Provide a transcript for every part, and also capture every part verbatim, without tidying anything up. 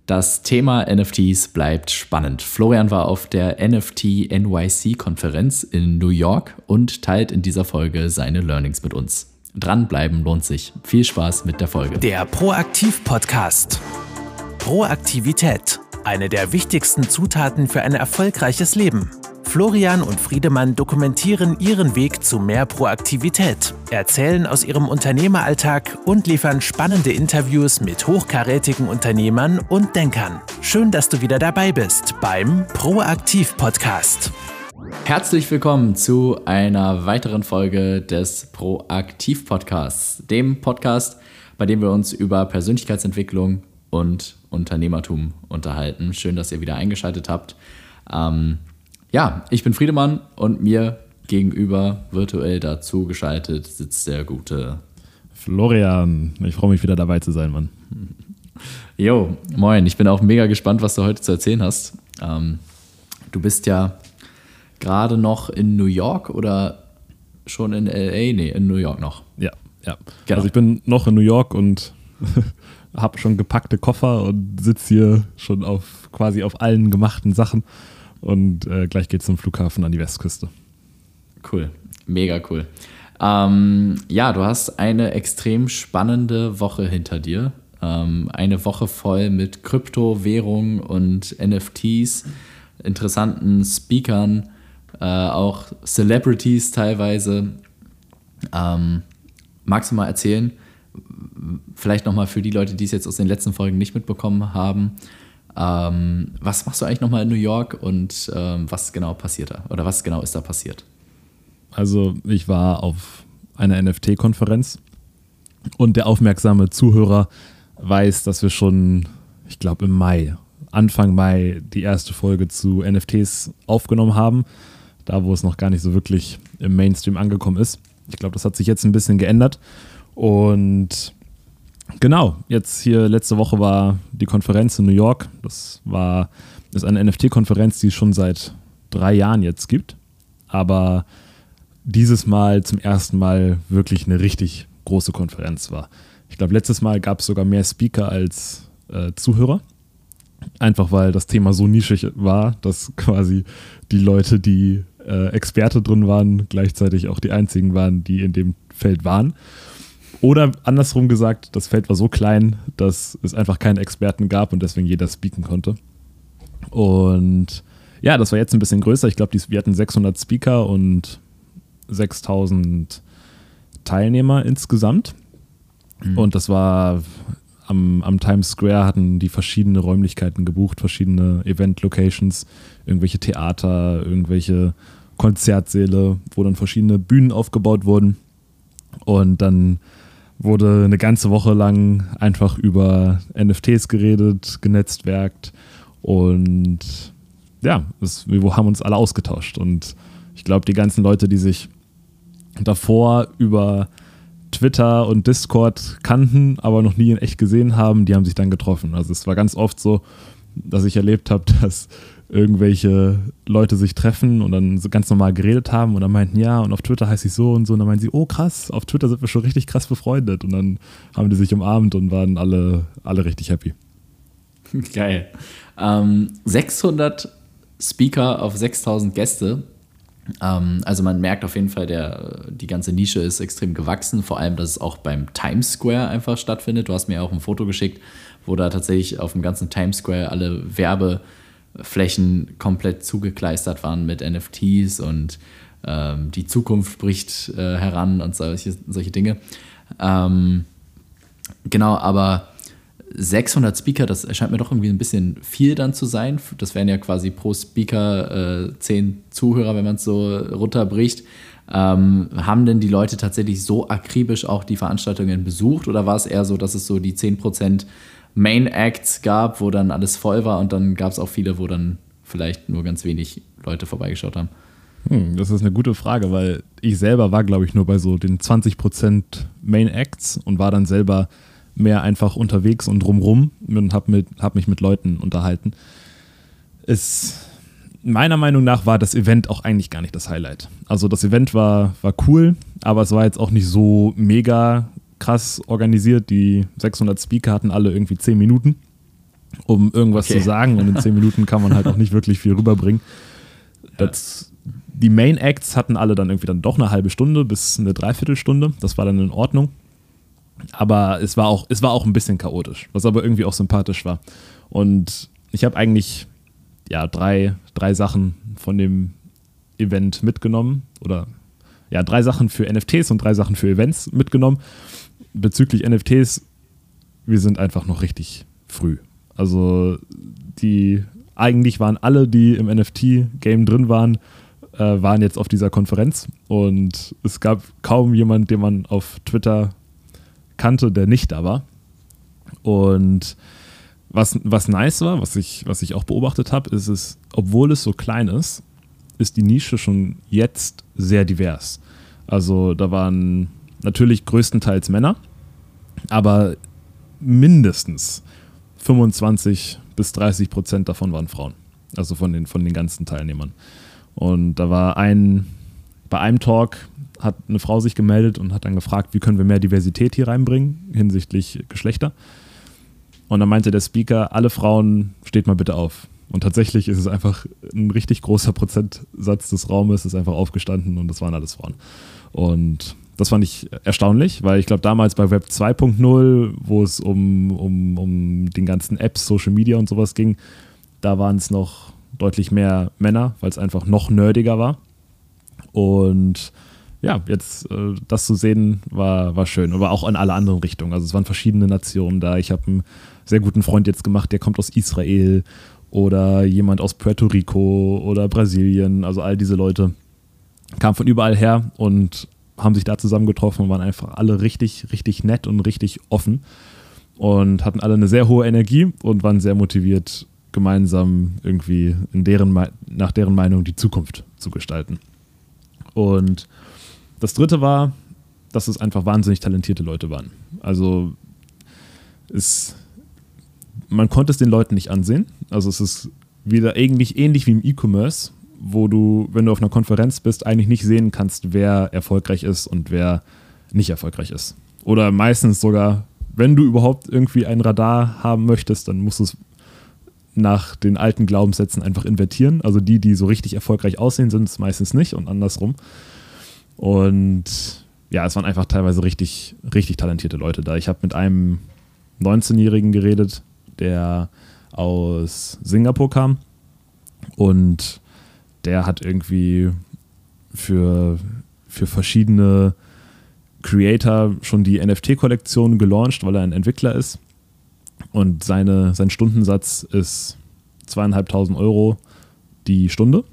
Das Thema N F Ts bleibt spannend. Florian war auf der N F T N Y C-Konferenz in New York und teilt in dieser Folge seine Learnings mit uns. Dranbleiben lohnt sich. Viel Spaß mit der Folge. Der Proaktiv-Podcast. Proaktivität. Eine der wichtigsten Zutaten für ein erfolgreiches Leben. Florian und Friedemann dokumentieren ihren Weg zu mehr Proaktivität, erzählen aus ihrem Unternehmeralltag und liefern spannende Interviews mit hochkarätigen Unternehmern und Denkern. Schön, dass du wieder dabei bist beim Proaktiv-Podcast. Herzlich willkommen zu einer weiteren Folge des Proaktiv-Podcasts, dem Podcast, bei dem wir uns über Persönlichkeitsentwicklung und Unternehmertum unterhalten. Schön, dass ihr wieder eingeschaltet habt. Ähm, Ja, ich bin Friedemann und mir gegenüber virtuell dazu geschaltet sitzt der gute Florian. Ich freue mich wieder dabei zu sein, Mann. Jo, moin. Ich bin auch mega gespannt, was du heute zu erzählen hast. Ähm, du bist ja gerade noch in New York oder schon in L A? Nee, in New York noch. Ja, ja. Genau. Also ich bin noch in New York und habe schon gepackte Koffer und sitze hier schon auf quasi auf allen gemachten Sachen. Und äh, gleich geht's zum Flughafen an die Westküste. Cool, mega cool. Ähm, ja, du hast eine extrem spannende Woche hinter dir. Ähm, eine Woche voll mit Krypto, Währung und N F Ts, interessanten Speakern, äh, auch Celebrities teilweise. Ähm, magst du mal erzählen, vielleicht nochmal für die Leute, die es jetzt aus den letzten Folgen nicht mitbekommen haben, Ähm, was machst du eigentlich nochmal in New York und ähm, was genau passiert da? Oder was genau ist da passiert? Also ich war auf einer N F T-Konferenz und der aufmerksame Zuhörer weiß, dass wir schon, ich glaube im Mai, Anfang Mai die erste Folge zu N F Ts aufgenommen haben. Da, wo es noch gar nicht so wirklich im Mainstream angekommen ist. Ich glaube, das hat sich jetzt ein bisschen geändert. Und genau, jetzt hier letzte Woche war die Konferenz in New York. Das war ist eine N F T-Konferenz, die es schon seit drei Jahren jetzt gibt. Aber dieses Mal zum ersten Mal wirklich eine richtig große Konferenz war. Ich glaube, letztes Mal gab es sogar mehr Speaker als äh, Zuhörer. Einfach weil das Thema so nischig war, dass quasi die Leute, die äh, Experte drin waren, gleichzeitig auch die einzigen waren, die in dem Feld waren. Oder andersrum gesagt, das Feld war so klein, dass es einfach keine Experten gab und deswegen jeder speaken konnte. Und ja, das war jetzt ein bisschen größer. Ich glaube, wir hatten sechshundert Speaker und sechstausend Teilnehmer insgesamt. Mhm. Und das war am, am Times Square, hatten die verschiedene Räumlichkeiten gebucht, verschiedene Event-Locations, irgendwelche Theater, irgendwelche Konzertsäle, wo dann verschiedene Bühnen aufgebaut wurden. Und dann wurde eine ganze Woche lang einfach über N F Ts geredet, genetzwerkt und ja, es, wir haben uns alle ausgetauscht. Und ich glaube, die ganzen Leute, die sich davor über Twitter und Discord kannten, aber noch nie in echt gesehen haben, die haben sich dann getroffen. Also es war ganz oft so, dass ich erlebt habe, dass irgendwelche Leute sich treffen und dann so ganz normal geredet haben und dann meinten, ja, und auf Twitter heißt ich so und so. Und dann meinten sie, oh krass, auf Twitter sind wir schon richtig krass befreundet. Und dann haben die sich umarmt und waren alle, alle richtig happy. Geil. Ähm, sechshundert Speaker auf sechstausend Gäste. Ähm, also man merkt auf jeden Fall, der, die ganze Nische ist extrem gewachsen. Vor allem, dass es auch beim Times Square einfach stattfindet. Du hast mir auch ein Foto geschickt, wo da tatsächlich auf dem ganzen Times Square alle Werbe Flächen komplett zugekleistert waren mit N F Ts und ähm, die Zukunft bricht äh, heran und solche, solche Dinge. Ähm, genau, aber sechshundert Speaker, das erscheint mir doch irgendwie ein bisschen viel dann zu sein. Das wären ja quasi pro Speaker äh, zehn Zuhörer, wenn man es so runterbricht. Ähm, haben denn die Leute tatsächlich so akribisch auch die Veranstaltungen besucht oder war es eher so, dass es so die zehn Prozent Main Acts gab, wo dann alles voll war und dann gab es auch viele, wo dann vielleicht nur ganz wenig Leute vorbeigeschaut haben? Hm, das ist eine gute Frage, weil ich selber war, glaube ich, nur bei so den zwanzig Prozent Main Acts und war dann selber mehr einfach unterwegs und drumrum und habe hab mich mit Leuten unterhalten. Es, meiner Meinung nach war das Event auch eigentlich gar nicht das Highlight. Also das Event war, war cool, aber es war jetzt auch nicht so mega krass organisiert. Die sechshundert Speaker hatten alle irgendwie zehn Minuten. um irgendwas Okay. zu sagen. Und in zehn Minuten kann man halt auch nicht wirklich viel rüberbringen. Das, die Main Acts hatten alle dann irgendwie dann doch eine halbe Stunde bis eine Dreiviertelstunde. Das war dann in Ordnung. Aber es war auch, es war auch ein bisschen chaotisch, was aber irgendwie auch sympathisch war. Und ich habe eigentlich ja, drei, drei Sachen von dem Event mitgenommen. Oder ja, drei Sachen für N F Ts und drei Sachen für Events mitgenommen. Bezüglich N F Ts, wir sind einfach noch richtig früh. Also die, eigentlich waren alle, die im N F T-Game drin waren, äh, waren jetzt auf dieser Konferenz. Und es gab kaum jemanden, den man auf Twitter kannte, der nicht da war. Und was, was nice war, was ich, was ich auch beobachtet habe, ist es, obwohl es so klein ist, ist die Nische schon jetzt sehr divers. Also da waren natürlich größtenteils Männer, aber mindestens fünfundzwanzig bis dreißig Prozent davon waren Frauen. Also von den, von den ganzen Teilnehmern. Und da war ein, bei einem Talk hat eine Frau sich gemeldet und hat dann gefragt, wie können wir mehr Diversität hier reinbringen hinsichtlich Geschlechter. Und dann meinte der Speaker, alle Frauen, steht mal bitte auf. Und tatsächlich ist es einfach ein richtig großer Prozentsatz des Raumes ist einfach aufgestanden und das waren alles Frauen. Und das fand ich erstaunlich, weil ich glaube damals bei Web zwei Punkt null, wo es um, um, um den ganzen Apps, Social Media und sowas ging, da waren es noch deutlich mehr Männer, weil es einfach noch nerdiger war. Und ja, jetzt äh, das zu sehen, war, war schön. Aber auch in alle anderen Richtungen. Also es waren verschiedene Nationen da. Ich habe einen sehr guten Freund jetzt gemacht, der kommt aus Israel oder jemand aus Puerto Rico oder Brasilien. Also all diese Leute kamen von überall her und haben sich da zusammengetroffen und waren einfach alle richtig, richtig nett und richtig offen und hatten alle eine sehr hohe Energie und waren sehr motiviert, gemeinsam irgendwie in deren, nach deren Meinung die Zukunft zu gestalten. Und das dritte war, dass es einfach wahnsinnig talentierte Leute waren. Also es, man konnte es den Leuten nicht ansehen. Also es ist wieder eigentlich ähnlich wie im E-Commerce, wo du, wenn du auf einer Konferenz bist, eigentlich nicht sehen kannst, wer erfolgreich ist und wer nicht erfolgreich ist. Oder meistens sogar, wenn du überhaupt irgendwie ein Radar haben möchtest, dann musst du es nach den alten Glaubenssätzen einfach invertieren. Also die, die so richtig erfolgreich aussehen, sind es meistens nicht und andersrum. Und ja, es waren einfach teilweise richtig, richtig talentierte Leute da. Ich habe mit einem neunzehnjährigen geredet, der aus Singapur kam und der hat irgendwie für, für verschiedene Creator schon die N F T-Kollektion gelauncht, weil er ein Entwickler ist. Und seine, sein Stundensatz ist zweieinhalbtausend Euro die Stunde.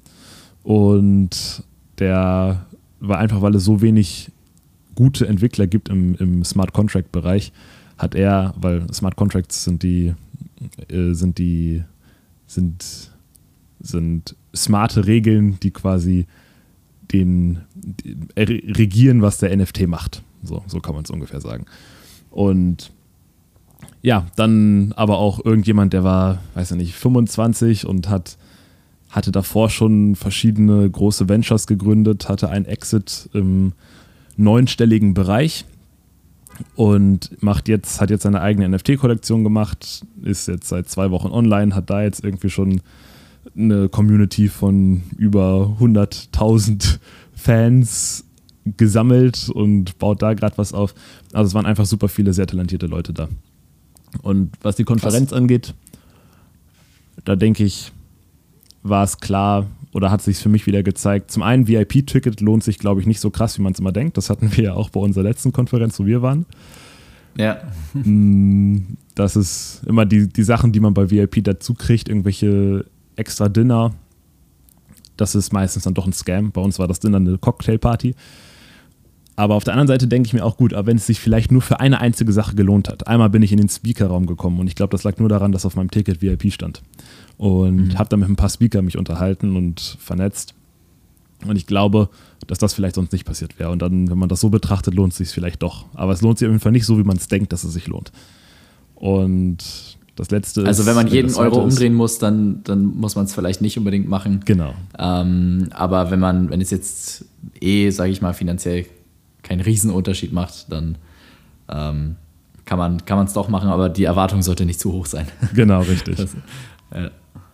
Und der war einfach, weil es so wenig gute Entwickler gibt im, im Smart Contract Bereich, hat er, weil Smart Contracts sind die, äh, sind die, sind, sind smarte Regeln, die quasi den, die, regieren, was der N F T macht. So, so kann man es ungefähr sagen. Und ja, dann aber auch irgendjemand, der war, weiß ich nicht, fünfundzwanzig und hat, hatte davor schon verschiedene große Ventures gegründet, hatte einen Exit im neunstelligen Bereich und macht jetzt, hat jetzt seine eigene N F T-Kollektion gemacht, ist jetzt seit zwei Wochen online, hat da jetzt irgendwie schon eine Community von über hunderttausend Fans gesammelt und baut da gerade was auf. Also es waren einfach super viele sehr talentierte Leute da. Und was die Konferenz Krass. angeht, da denke ich, war es klar oder hat sich für mich wieder gezeigt. Zum einen, V I P-Ticket lohnt sich, glaube ich, nicht so krass, wie man es immer denkt. Das hatten wir ja auch bei unserer letzten Konferenz, wo wir waren. Ja. Das ist immer die, die Sachen, die man bei V I P dazu kriegt, irgendwelche extra Dinner. Das ist meistens dann doch ein Scam. Bei uns war das Dinner eine Cocktailparty. Aber auf der anderen Seite denke ich mir auch, gut, aber wenn es sich vielleicht nur für eine einzige Sache gelohnt hat. Einmal bin ich in den Speakerraum gekommen und ich glaube, das lag nur daran, dass auf meinem Ticket V I P stand. Und mhm. habe da mit ein paar Speaker mich unterhalten und vernetzt. Und ich glaube, dass das vielleicht sonst nicht passiert wäre. Und dann, wenn man das so betrachtet, lohnt es sich vielleicht doch. Aber es lohnt sich auf jeden Fall nicht so, wie man es denkt, dass es sich lohnt. Und das Letzte ist... Also wenn man jeden Euro umdrehen muss, dann, dann muss man es vielleicht nicht unbedingt machen. Genau. Ähm, aber wenn man, wenn es jetzt eh, sage ich mal, finanziell keinen Riesenunterschied macht, dann ähm, kann man kann man es doch machen, aber die Erwartung sollte nicht zu hoch sein. Genau, richtig. Das, ja.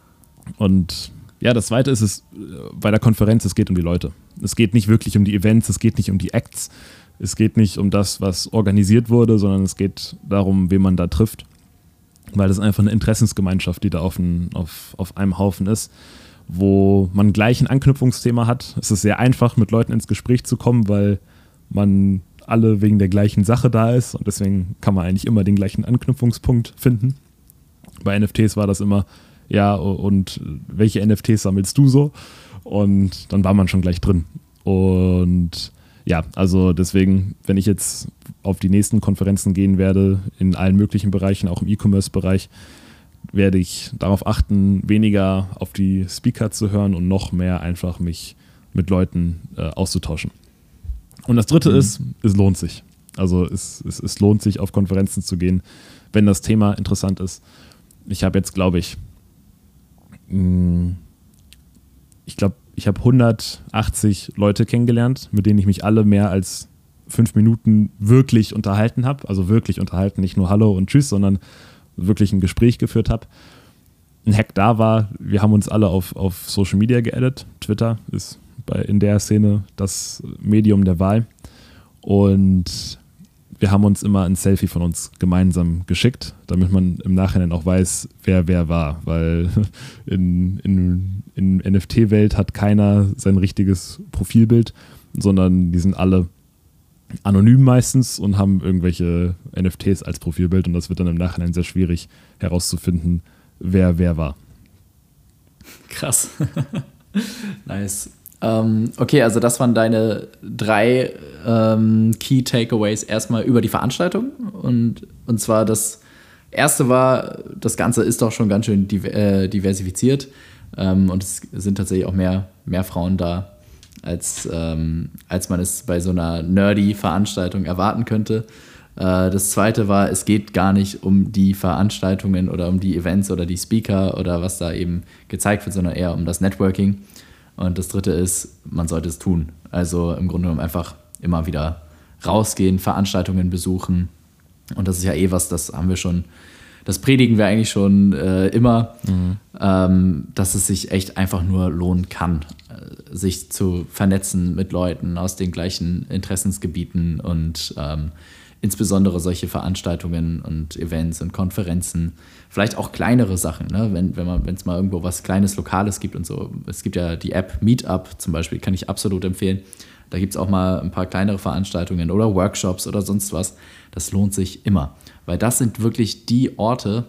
Und ja, das Zweite ist es bei der Konferenz, es geht um die Leute. Es geht nicht wirklich um die Events, es geht nicht um die Acts, es geht nicht um das, was organisiert wurde, sondern es geht darum, wen man da trifft. Weil das ist einfach eine Interessensgemeinschaft, die da auf, ein, auf, auf einem Haufen ist, wo man gleich ein Anknüpfungsthema hat. Es ist sehr einfach, mit Leuten ins Gespräch zu kommen, weil man alle wegen der gleichen Sache da ist und deswegen kann man eigentlich immer den gleichen Anknüpfungspunkt finden. Bei N F Ts war das immer, ja, und welche N F Ts sammelst du so? Und dann war man schon gleich drin. Und ja, also deswegen, wenn ich jetzt auf die nächsten Konferenzen gehen werde, in allen möglichen Bereichen, auch im E-Commerce-Bereich, werde ich darauf achten, weniger auf die Speaker zu hören und noch mehr einfach mich mit Leuten äh, auszutauschen. Und das Dritte mhm. ist, es lohnt sich. Also es, es, es lohnt sich, auf Konferenzen zu gehen, wenn das Thema interessant ist. Ich habe jetzt, glaube ich, mh, ich glaube, ich habe hundertachtzig Leute kennengelernt, mit denen ich mich alle mehr als fünf Minuten wirklich unterhalten habe. Also wirklich unterhalten, nicht nur Hallo und Tschüss, sondern wirklich ein Gespräch geführt habe. Ein Hack da war, wir haben uns alle auf, auf Social Media geaddet. Twitter ist bei, in der Szene das Medium der Wahl. Und wir haben uns immer ein Selfie von uns gemeinsam geschickt, damit man im Nachhinein auch weiß, wer wer war. Weil in, in, in N F T-Welt hat keiner sein richtiges Profilbild, sondern die sind alle anonym meistens und haben irgendwelche N F Ts als Profilbild und das wird dann im Nachhinein sehr schwierig herauszufinden, wer wer war. Krass. Nice. Ähm, okay, also das waren deine drei ähm, Key Takeaways erstmal über die Veranstaltung und, und zwar das erste war, das Ganze ist doch schon ganz schön diversifiziert ähm, und es sind tatsächlich auch mehr, mehr Frauen da, als, ähm, als man es bei so einer nerdy Veranstaltung erwarten könnte. Äh, das zweite war, es geht gar nicht um die Veranstaltungen oder um die Events oder die Speaker oder was da eben gezeigt wird, sondern eher um das Networking. Und das dritte ist, man sollte es tun. Also im Grunde genommen einfach immer wieder rausgehen, Veranstaltungen besuchen. Und das ist ja eh was, das haben wir schon, das predigen wir eigentlich schon äh, immer, mhm. ähm, dass es sich echt einfach nur lohnen kann, äh, sich zu vernetzen mit Leuten aus den gleichen Interessensgebieten und ähm, insbesondere solche Veranstaltungen und Events und Konferenzen, vielleicht auch kleinere Sachen, ne? wenn wenn man wenn es mal irgendwo was Kleines, Lokales gibt und so. Es gibt ja die App Meetup zum Beispiel, kann ich absolut empfehlen. Da gibt es auch mal ein paar kleinere Veranstaltungen oder Workshops oder sonst was. Das lohnt sich immer, weil das sind wirklich die Orte,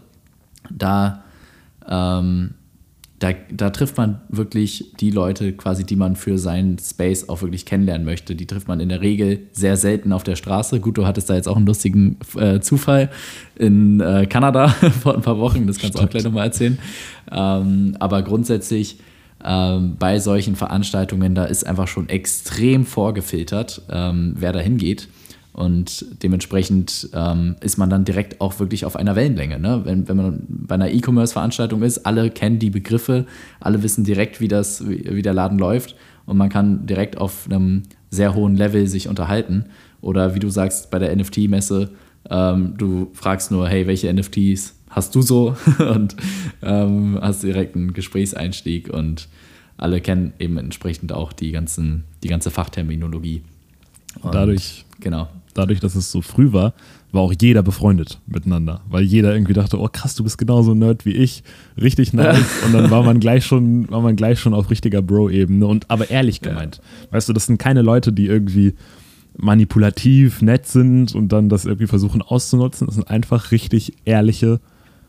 da, ähm, da, da trifft man wirklich die Leute quasi, die man für seinen Space auch wirklich kennenlernen möchte. Die trifft man in der Regel sehr selten auf der Straße. Gut, du hattest da jetzt auch einen lustigen äh, Zufall in äh, Kanada vor ein paar Wochen, das kannst du auch gleich nochmal erzählen. Ähm, aber grundsätzlich ähm, bei solchen Veranstaltungen, da ist einfach schon extrem vorgefiltert, ähm, wer da hingeht. Und dementsprechend ähm, ist man dann direkt auch wirklich auf einer Wellenlänge. Ne? Wenn, wenn man bei einer E-Commerce-Veranstaltung ist, alle kennen die Begriffe, alle wissen direkt, wie, das, wie, wie der Laden läuft und man kann direkt auf einem sehr hohen Level sich unterhalten. Oder wie du sagst, bei der N F T-Messe, ähm, du fragst nur, hey, welche N F Ts hast du so? und ähm, hast direkt einen Gesprächseinstieg und alle kennen eben entsprechend auch die, ganzen, die ganze Fachterminologie. Und dadurch, genau. dadurch, dass es so früh war, war auch jeder befreundet miteinander, weil jeder irgendwie dachte, oh krass, du bist genauso ein Nerd wie ich, richtig nice. Und dann war man gleich schon, war man gleich schon auf richtiger Bro-Ebene und aber ehrlich gemeint. Ja. Weißt du, das sind keine Leute, die irgendwie manipulativ, nett sind und dann das irgendwie versuchen auszunutzen. Das sind einfach richtig ehrliche,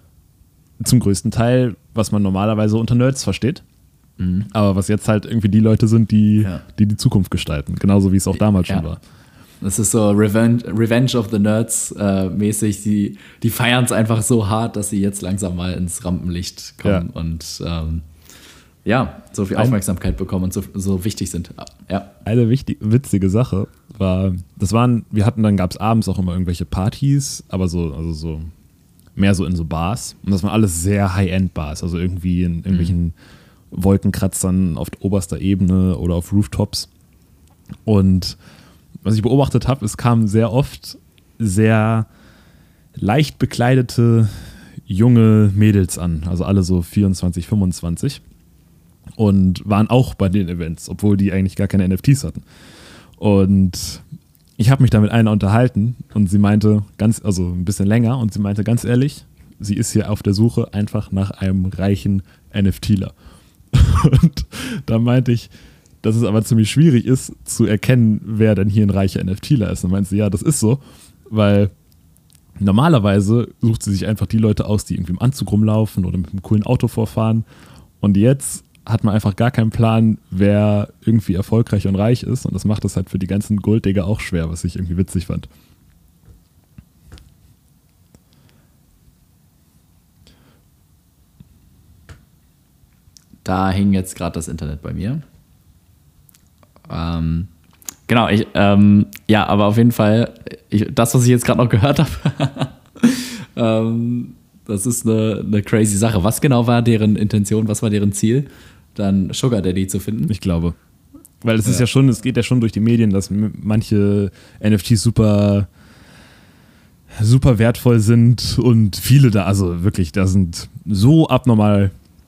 zum größten Teil, was man normalerweise unter Nerds versteht. Mhm. Aber was jetzt halt irgendwie die Leute sind, die, ja. die die Zukunft gestalten. Genauso wie es auch damals ja. schon war. Das ist so Revenge, Revenge of the Nerds äh, mäßig. Die, die feiern es einfach so hart, dass sie jetzt langsam mal ins Rampenlicht kommen ja. und ähm, ja, so viel Aufmerksamkeit Ein, bekommen und so, so wichtig sind. Ja. Eine wichtig, witzige Sache war, das waren, wir hatten dann, gab es abends auch immer irgendwelche Partys, aber so, also so mehr so in so Bars. Und das waren alles sehr High-End-Bars, also irgendwie in irgendwelchen mhm. Wolkenkratzern auf oberster Ebene oder auf Rooftops. Und was ich beobachtet habe, es kamen sehr oft sehr leicht bekleidete junge Mädels an, also alle so vierundzwanzig, fünfundzwanzig und waren auch bei den Events, obwohl die eigentlich gar keine N F Ts hatten. Und ich habe mich da mit einer unterhalten und sie meinte, ganz, also ein bisschen länger, und sie meinte ganz ehrlich, sie ist hier auf der Suche einfach nach einem reichen NFTler. Und da meinte ich, dass es aber ziemlich schwierig ist, zu erkennen, wer denn hier ein reicher NFTler ist. Und meinte sie, ja, das ist so, weil normalerweise sucht sie sich einfach die Leute aus, die irgendwie im Anzug rumlaufen oder mit einem coolen Auto vorfahren. Und jetzt hat man einfach gar keinen Plan, wer irgendwie erfolgreich und reich ist. Und das macht es halt für die ganzen Golddigger auch schwer, was ich irgendwie witzig fand. Da hing jetzt gerade das Internet bei mir. Ähm, genau, ich, ähm, ja, aber auf jeden Fall, ich, das, was ich jetzt gerade noch gehört habe, ähm, das ist eine, eine crazy Sache. Was genau war deren Intention, was war deren Ziel, dann Sugar Daddy zu finden? Ich glaube. Weil es ist ja ja schon, es geht ja schon durch die Medien, dass manche N F Ts super, super wertvoll sind und viele da, also wirklich, da sind so abnormal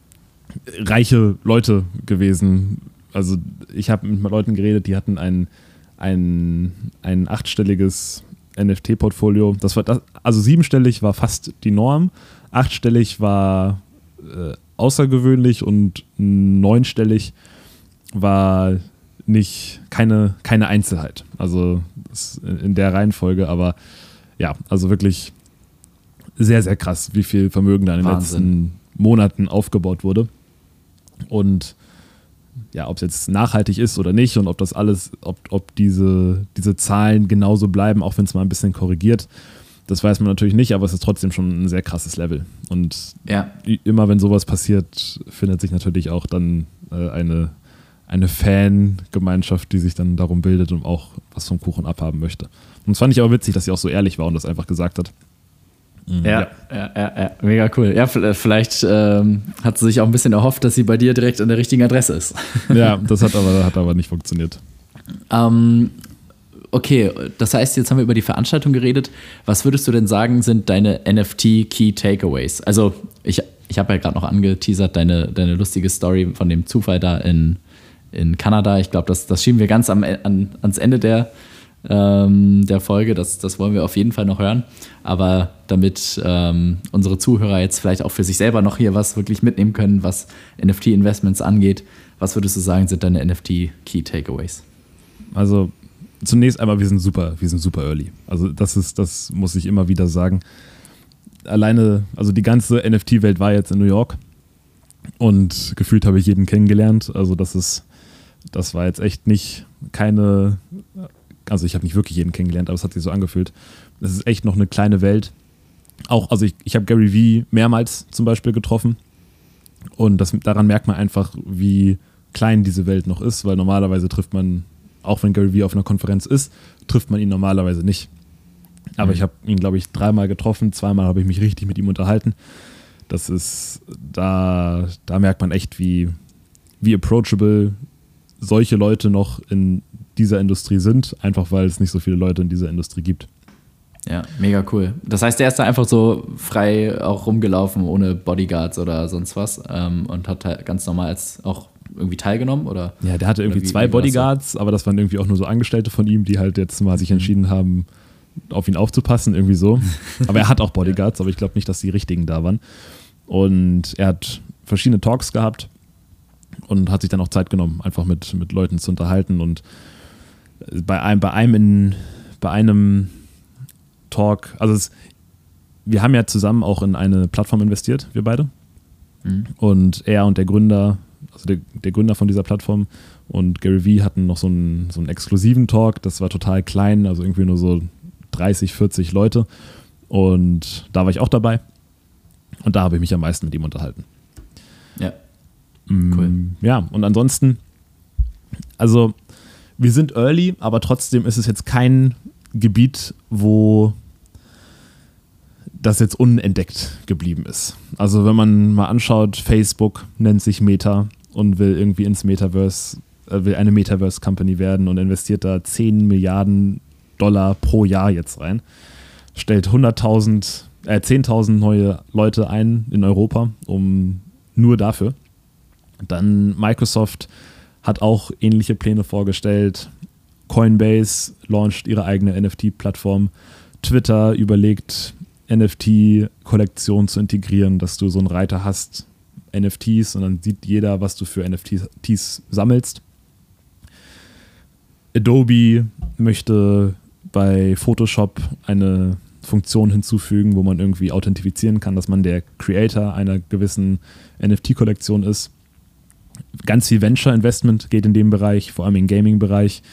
reiche Leute gewesen. Also ich habe mit Leuten geredet, die hatten ein, ein, ein achtstelliges N F T-Portfolio. Das war das, also siebenstellig war fast die Norm, achtstellig war äh, außergewöhnlich und neunstellig war nicht keine, keine Einzelheit. Also das in der Reihenfolge, aber ja, also wirklich sehr, sehr krass, wie viel Vermögen da in den Wahnsinn. letzten Monaten aufgebaut wurde. Und ja, ob es jetzt nachhaltig ist oder nicht und ob das alles, ob, ob diese, diese Zahlen genauso bleiben, auch wenn es mal ein bisschen korrigiert, das weiß man natürlich nicht, aber es ist trotzdem schon ein sehr krasses Level. Und ja. immer wenn sowas passiert, findet sich natürlich auch dann äh, eine, eine Fangemeinschaft, die sich dann darum bildet und auch was vom Kuchen abhaben möchte. Und das fand ich auch witzig, dass sie auch so ehrlich war und das einfach gesagt hat. Mhm. Ja, ja, ja, ja, mega cool. Ja, vielleicht ähm, hat sie sich auch ein bisschen erhofft, dass sie bei dir direkt an der richtigen Adresse ist. Ja, das hat aber, hat aber nicht funktioniert. Ähm, okay, das heißt, jetzt haben wir über die Veranstaltung geredet. Was würdest du denn sagen, sind deine N F T-Key-Takeaways? Also ich, ich habe ja gerade noch angeteasert, deine, deine lustige Story von dem Zufall da in, in Kanada. Ich glaube, das, das schieben wir ganz am, an, ans Ende der Ähm, der Folge, das, das wollen wir auf jeden Fall noch hören, aber damit ähm, unsere Zuhörer jetzt vielleicht auch für sich selber noch hier was wirklich mitnehmen können, was N F T-Investments angeht, was würdest du sagen, sind deine N F T-Key-Takeaways? Also zunächst einmal, wir sind super, wir sind super early. Also das ist, das muss ich immer wieder sagen. Alleine, also die ganze N F T-Welt war jetzt in New York und gefühlt habe ich jeden kennengelernt. Also das ist, das war jetzt echt nicht keine... Also ich habe nicht wirklich jeden kennengelernt, aber es hat sich so angefühlt. Es ist echt noch eine kleine Welt. Auch, also ich, ich habe Gary Vee mehrmals zum Beispiel getroffen und das, daran merkt man einfach, wie klein diese Welt noch ist, weil normalerweise trifft man, auch wenn Gary Vee auf einer Konferenz ist, trifft man ihn normalerweise nicht. Aber mhm. ich habe ihn, glaube ich, dreimal getroffen, zweimal habe ich mich richtig mit ihm unterhalten. Das ist, da, da merkt man echt, wie, wie approachable solche Leute noch in dieser Industrie sind, einfach weil es nicht so viele Leute in dieser Industrie gibt. Ja, mega cool. Das heißt, der ist da einfach so frei auch rumgelaufen, ohne Bodyguards oder sonst was ähm, und hat halt ganz normal als auch irgendwie teilgenommen, oder? Ja, der hatte irgendwie wie, zwei wie Bodyguards, so? Aber das waren irgendwie auch nur so Angestellte von ihm, die halt jetzt mal sich entschieden haben, auf ihn aufzupassen, irgendwie so. Aber er hat auch Bodyguards, aber ich glaube nicht, dass die richtigen da waren. Und er hat verschiedene Talks gehabt und hat sich dann auch Zeit genommen, einfach mit, mit Leuten zu unterhalten. Und bei einem, bei einem, in, bei einem Talk, also es, wir haben ja zusammen auch in eine Plattform investiert, wir beide. Mhm. Und er und der Gründer, also der, der Gründer von dieser Plattform und Gary Vee hatten noch so einen, so einen exklusiven Talk, das war total klein, also irgendwie nur so dreißig, vierzig Leute. Und da war ich auch dabei. Und da habe ich mich am meisten mit ihm unterhalten. Ja. Cool. Ja, und ansonsten, also wir sind early, aber trotzdem ist es jetzt kein Gebiet, wo das jetzt unentdeckt geblieben ist. Also wenn man mal anschaut, Facebook nennt sich Meta und will irgendwie ins Metaverse, äh, will eine Metaverse-Company werden und investiert da zehn Milliarden Dollar pro Jahr jetzt rein. stellt hunderttausend, äh, zehntausend neue Leute ein in Europa, um nur dafür. Dann Microsoft hat auch ähnliche Pläne vorgestellt. Coinbase launcht ihre eigene N F T-Plattform. Twitter überlegt, N F T-Kollektionen zu integrieren, dass du so einen Reiter hast, N F Ts, und dann sieht jeder, was du für N F Ts sammelst. Adobe möchte bei Photoshop eine Funktion hinzufügen, wo man irgendwie authentifizieren kann, dass man der Creator einer gewissen N F T-Kollektion ist. Ganz viel Venture-Investment geht in dem Bereich, vor allem im Gaming-Bereich.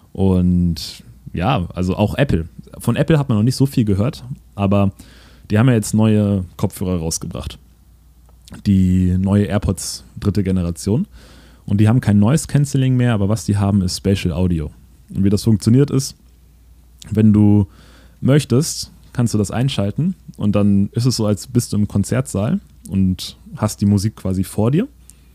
Und ja, also auch Apple. Von Apple hat man noch nicht so viel gehört, aber die haben ja jetzt neue Kopfhörer rausgebracht. Die neue AirPods dritte Generation. Und die haben kein Noise-Canceling mehr, aber was die haben, ist Spatial Audio. Und wie das funktioniert ist, wenn du möchtest, kannst du das einschalten und dann ist es so, als bist du im Konzertsaal und hast die Musik quasi vor dir.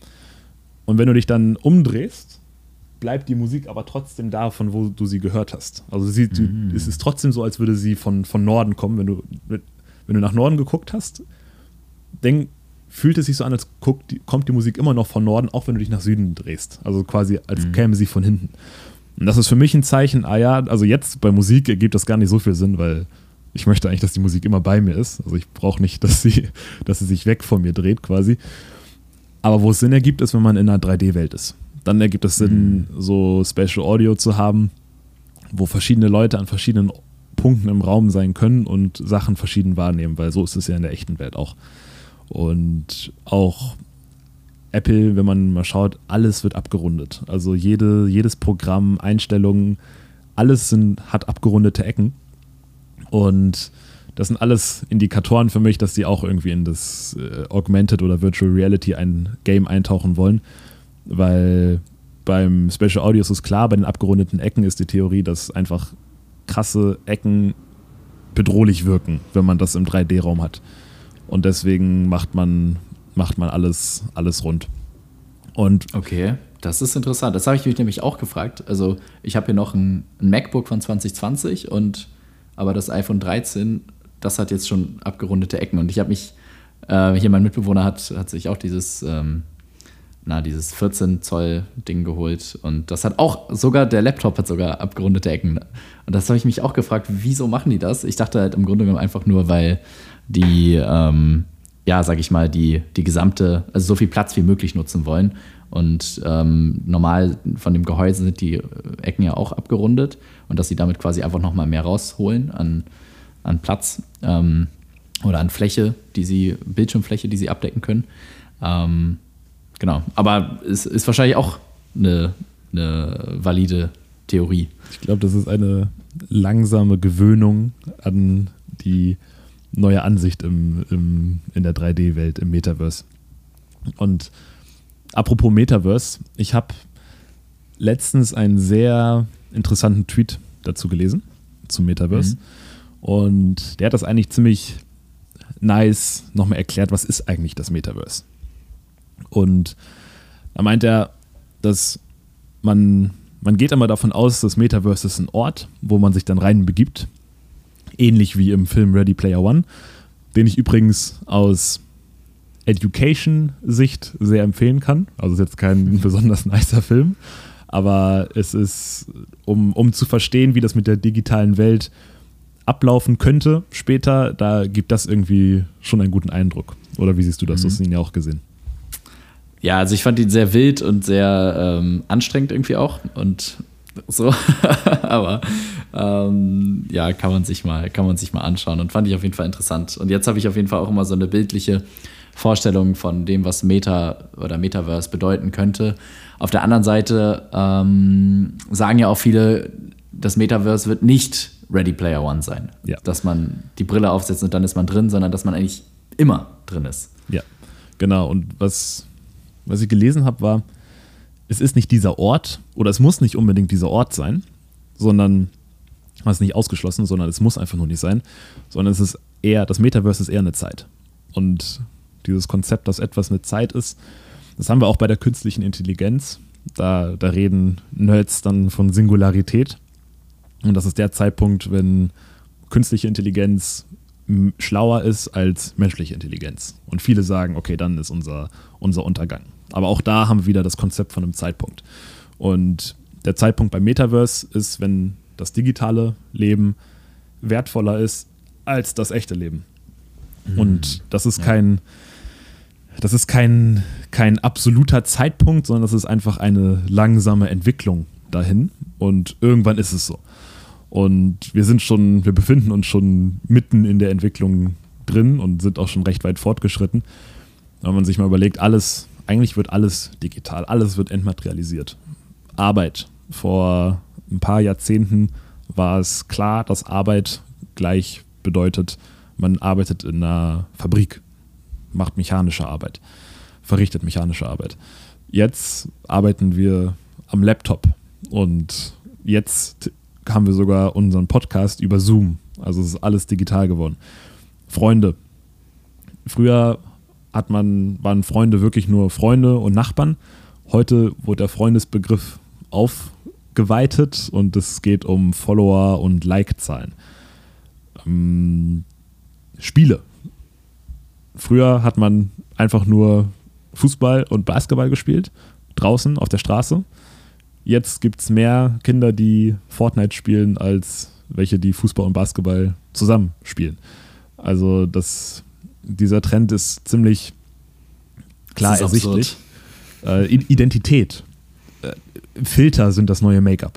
Und wenn du dich dann umdrehst, bleibt die Musik aber trotzdem da, von wo du sie gehört hast. Also sie, mhm. du, es ist trotzdem so, als würde sie von, von Norden kommen. Wenn du, wenn du nach Norden geguckt hast, dann fühlt es sich so an, als guckt, kommt die Musik immer noch von Norden, auch wenn du dich nach Süden drehst. Also quasi, als mhm. käme sie von hinten. Und das ist für mich ein Zeichen, ah ja, also jetzt bei Musik ergibt das gar nicht so viel Sinn, weil ich möchte eigentlich, dass die Musik immer bei mir ist. Also ich brauche nicht, dass sie, dass sie sich weg von mir dreht quasi. Aber wo es Sinn ergibt, ist, wenn man in einer drei D-Welt ist. Dann ergibt es Sinn, mhm. so Spatial Audio zu haben, wo verschiedene Leute an verschiedenen Punkten im Raum sein können und Sachen verschieden wahrnehmen, weil so ist es ja in der echten Welt auch. Und auch Apple, wenn man mal schaut, alles wird abgerundet. Also jede, jedes Programm, Einstellungen, alles sind, hat abgerundete Ecken. Und das sind alles Indikatoren für mich, dass die auch irgendwie in das äh, Augmented oder Virtual Reality ein Game eintauchen wollen. Weil beim Spatial Audio ist es klar, bei den abgerundeten Ecken ist die Theorie, dass einfach krasse Ecken bedrohlich wirken, wenn man das im drei D-Raum hat. Und deswegen macht man, macht man alles, alles rund. Und okay, das ist interessant. Das habe ich mich nämlich auch gefragt. Also ich habe hier noch ein, ein MacBook von zwanzig zwanzig, und aber das iPhone dreizehn, das hat jetzt schon abgerundete Ecken. Und ich habe mich, äh, hier mein Mitbewohner hat, hat sich auch dieses, ähm, na, dieses vierzehn Zoll Ding geholt. Und das hat auch, sogar der Laptop hat sogar abgerundete Ecken. Und das habe ich mich auch gefragt, wieso machen die das? Ich dachte halt im Grunde genommen einfach nur, weil die, ähm, ja, sag ich mal, die, die gesamte, also so viel Platz wie möglich nutzen wollen. Und ähm, normal von dem Gehäuse sind die Ecken ja auch abgerundet, und dass sie damit quasi einfach nochmal mehr rausholen an, an Platz ähm, oder an Fläche, die sie, Bildschirmfläche, die sie abdecken können. Ähm, genau, aber es ist wahrscheinlich auch eine, eine valide Theorie. Ich glaube, das ist eine langsame Gewöhnung an die neue Ansicht im, im, in der drei D-Welt, im Metaverse. Und apropos Metaverse, ich habe letztens einen sehr interessanten Tweet dazu gelesen, zum Metaverse. Mhm. Und der hat das eigentlich ziemlich nice nochmal erklärt, was ist eigentlich das Metaverse. Und da meint er, dass man, man geht immer davon aus, das Metaverse ist ein Ort, wo man sich dann rein begibt. Ähnlich wie im Film Ready Player One, den ich übrigens aus Education-Sicht sehr empfehlen kann. Also ist jetzt kein besonders nicer Film, aber es ist, um, um zu verstehen, wie das mit der digitalen Welt ablaufen könnte später, da gibt das irgendwie schon einen guten Eindruck. Oder wie siehst du das? Mhm. Du hast ihn ja auch gesehen. Ja, also ich fand ihn sehr wild und sehr ähm, anstrengend irgendwie auch und so, aber ähm, ja, kann man sich mal, kann man sich mal anschauen, und fand ich auf jeden Fall interessant. Und jetzt habe ich auf jeden Fall auch immer so eine bildliche Vorstellung von dem, was Meta oder Metaverse bedeuten könnte. Auf der anderen Seite ähm, sagen ja auch viele, das Metaverse wird nicht Ready Player One sein. Ja. Dass man die Brille aufsetzt und dann ist man drin, sondern dass man eigentlich immer drin ist. Ja, genau. Und was, was ich gelesen habe, war, es ist nicht dieser Ort, oder es muss nicht unbedingt dieser Ort sein, sondern, es ist nicht ausgeschlossen, sondern es muss einfach nur nicht sein, sondern es ist eher, das Metaverse ist eher eine Zeit. Und dieses Konzept, dass etwas eine Zeit ist, das haben wir auch bei der künstlichen Intelligenz. Da, da reden Nerds dann von Singularität. Und das ist der Zeitpunkt, wenn künstliche Intelligenz m- schlauer ist als menschliche Intelligenz. Und viele sagen, okay, dann ist unser, unser Untergang. Aber auch da haben wir wieder das Konzept von einem Zeitpunkt. Und der Zeitpunkt beim Metaverse ist, wenn das digitale Leben wertvoller ist als das echte Leben. Mhm. Und das ist ja. kein, das ist kein, kein absoluter Zeitpunkt, sondern das ist einfach eine langsame Entwicklung dahin. Und irgendwann ist es so. Und wir sind schon, wir befinden uns schon mitten in der Entwicklung drin und sind auch schon recht weit fortgeschritten. Wenn man sich mal überlegt, alles, eigentlich wird alles digital, alles wird entmaterialisiert. Arbeit. Vor ein paar Jahrzehnten war es klar, dass Arbeit gleich bedeutet, man arbeitet in einer Fabrik, macht mechanische Arbeit, verrichtet mechanische Arbeit. Jetzt arbeiten wir am Laptop und jetzt haben wir sogar unseren Podcast über Zoom. Also es ist alles digital geworden. Freunde. Früher hat man, waren Freunde wirklich nur Freunde und Nachbarn. Heute wurde der Freundesbegriff aufgeweitet und es geht um Follower und Like-Zahlen. Ähm, Spiele. Früher hat man einfach nur Fußball und Basketball gespielt, draußen auf der Straße. Jetzt gibt es mehr Kinder, die Fortnite spielen, als welche, die Fußball und Basketball zusammen spielen. Also das, dieser Trend ist ziemlich klar ersichtlich. Äh, Identität. Äh, Filter sind das neue Make-up.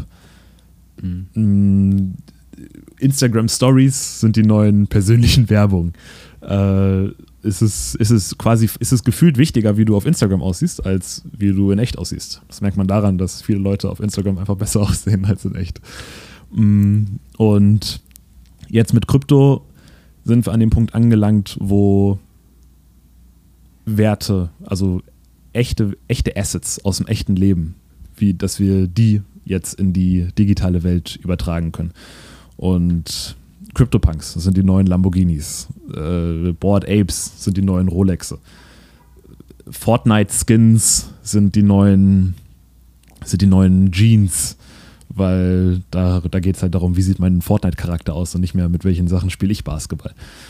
Mhm. Instagram Stories sind die neuen persönlichen Werbung. Äh, ist es, ist es quasi, ist es gefühlt wichtiger, wie du auf Instagram aussiehst, als wie du in echt aussiehst. Das merkt man daran, dass viele Leute auf Instagram einfach besser aussehen als in echt. Und jetzt mit Krypto sind wir an dem Punkt angelangt, wo Werte, also echte, echte Assets aus dem echten Leben, wie dass wir die jetzt in die digitale Welt übertragen können. Und CryptoPunks, das sind die neuen Lamborghinis. Äh, Bored Apes sind die neuen Rolexe. Fortnite-Skins sind die neuen, sind die neuen Jeans, weil da, da geht es halt darum, wie sieht mein Fortnite-Charakter aus und nicht mehr, mit welchen Sachen spiele ich Basketball.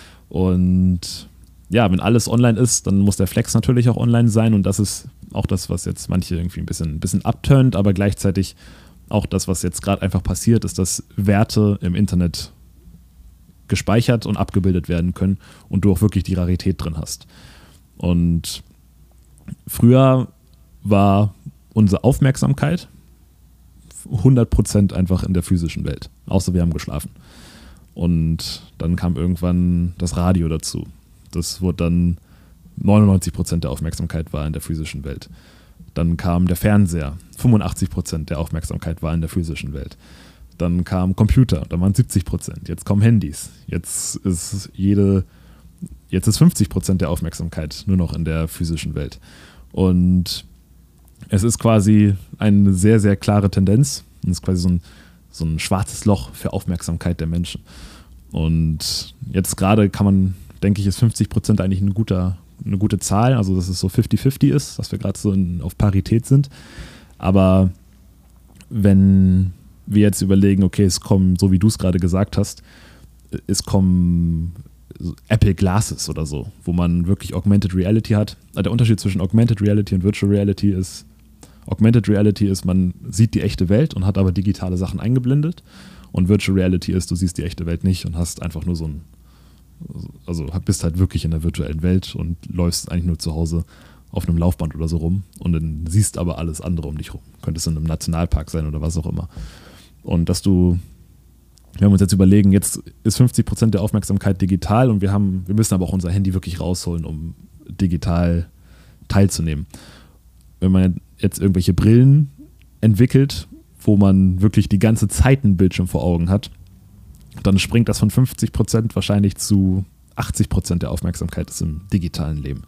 Und ja, wenn alles online ist, dann muss der Flex natürlich auch online sein und das ist auch das, was jetzt manche irgendwie ein bisschen, ein bisschen abturnt, aber gleichzeitig auch das, was jetzt gerade einfach passiert, ist, dass Werte im Internet gespeichert und abgebildet werden können und du auch wirklich die Rarität drin hast. Und früher war unsere Aufmerksamkeit hundert Prozent einfach in der physischen Welt, außer wir haben geschlafen. Und dann kam irgendwann das Radio dazu. Das wurde dann neunundneunzig Prozent der Aufmerksamkeit war in der physischen Welt. Dann kam der Fernseher, fünfundachtzig Prozent der Aufmerksamkeit war in der physischen Welt. Dann kam Computer, da waren siebzig Prozent. Jetzt kommen Handys. Jetzt ist jede, jetzt ist fünfzig Prozent der Aufmerksamkeit nur noch in der physischen Welt. Und es ist quasi eine sehr, sehr klare Tendenz. Es ist quasi so ein, so ein schwarzes Loch für Aufmerksamkeit der Menschen. Und jetzt gerade kann man, denke ich, ist fünfzig Prozent eigentlich ein guter, eine gute Zahl. Also dass es so fünfzig fünfzig ist, dass wir gerade so in, auf Parität sind. Aber wenn wir jetzt überlegen, okay, es kommen, so wie du es gerade gesagt hast, es kommen Apple Glasses oder so, wo man wirklich Augmented Reality hat. Der Unterschied zwischen Augmented Reality und Virtual Reality ist, Augmented Reality ist, man sieht die echte Welt und hat aber digitale Sachen eingeblendet und Virtual Reality ist, du siehst die echte Welt nicht und hast einfach nur so ein, also bist halt wirklich in der virtuellen Welt und läufst eigentlich nur zu Hause auf einem Laufband oder so rum und dann siehst aber alles andere um dich rum. Könntest in einem Nationalpark sein oder was auch immer. Und dass du, wenn wir uns jetzt überlegen, jetzt ist fünfzig Prozent der Aufmerksamkeit digital und wir haben, wir müssen aber auch unser Handy wirklich rausholen, um digital teilzunehmen. Wenn man jetzt irgendwelche Brillen entwickelt, wo man wirklich die ganze Zeit einen Bildschirm vor Augen hat, dann springt das von fünfzig Prozent wahrscheinlich zu achtzig Prozent der Aufmerksamkeit ist im digitalen Leben.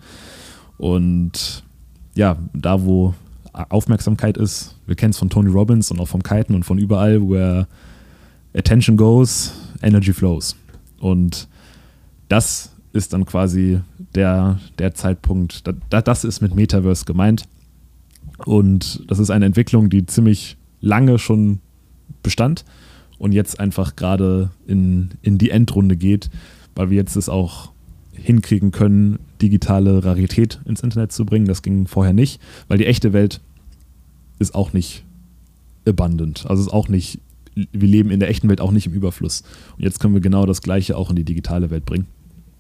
Und ja, da wo Aufmerksamkeit ist, wir kennen es von Tony Robbins und auch vom Kiten und von überall, where attention goes, energy flows. Und das ist dann quasi der, der Zeitpunkt, da, das ist mit Metaverse gemeint. Und das ist eine Entwicklung, die ziemlich lange schon bestand und jetzt einfach gerade in, in die Endrunde geht, weil wir jetzt es auch hinkriegen können, digitale Rarität ins Internet zu bringen. Das ging vorher nicht, weil die echte Welt ist auch nicht abundant. Also ist auch nicht, wir leben in der echten Welt auch nicht im Überfluss. Und jetzt können wir genau das Gleiche auch in die digitale Welt bringen.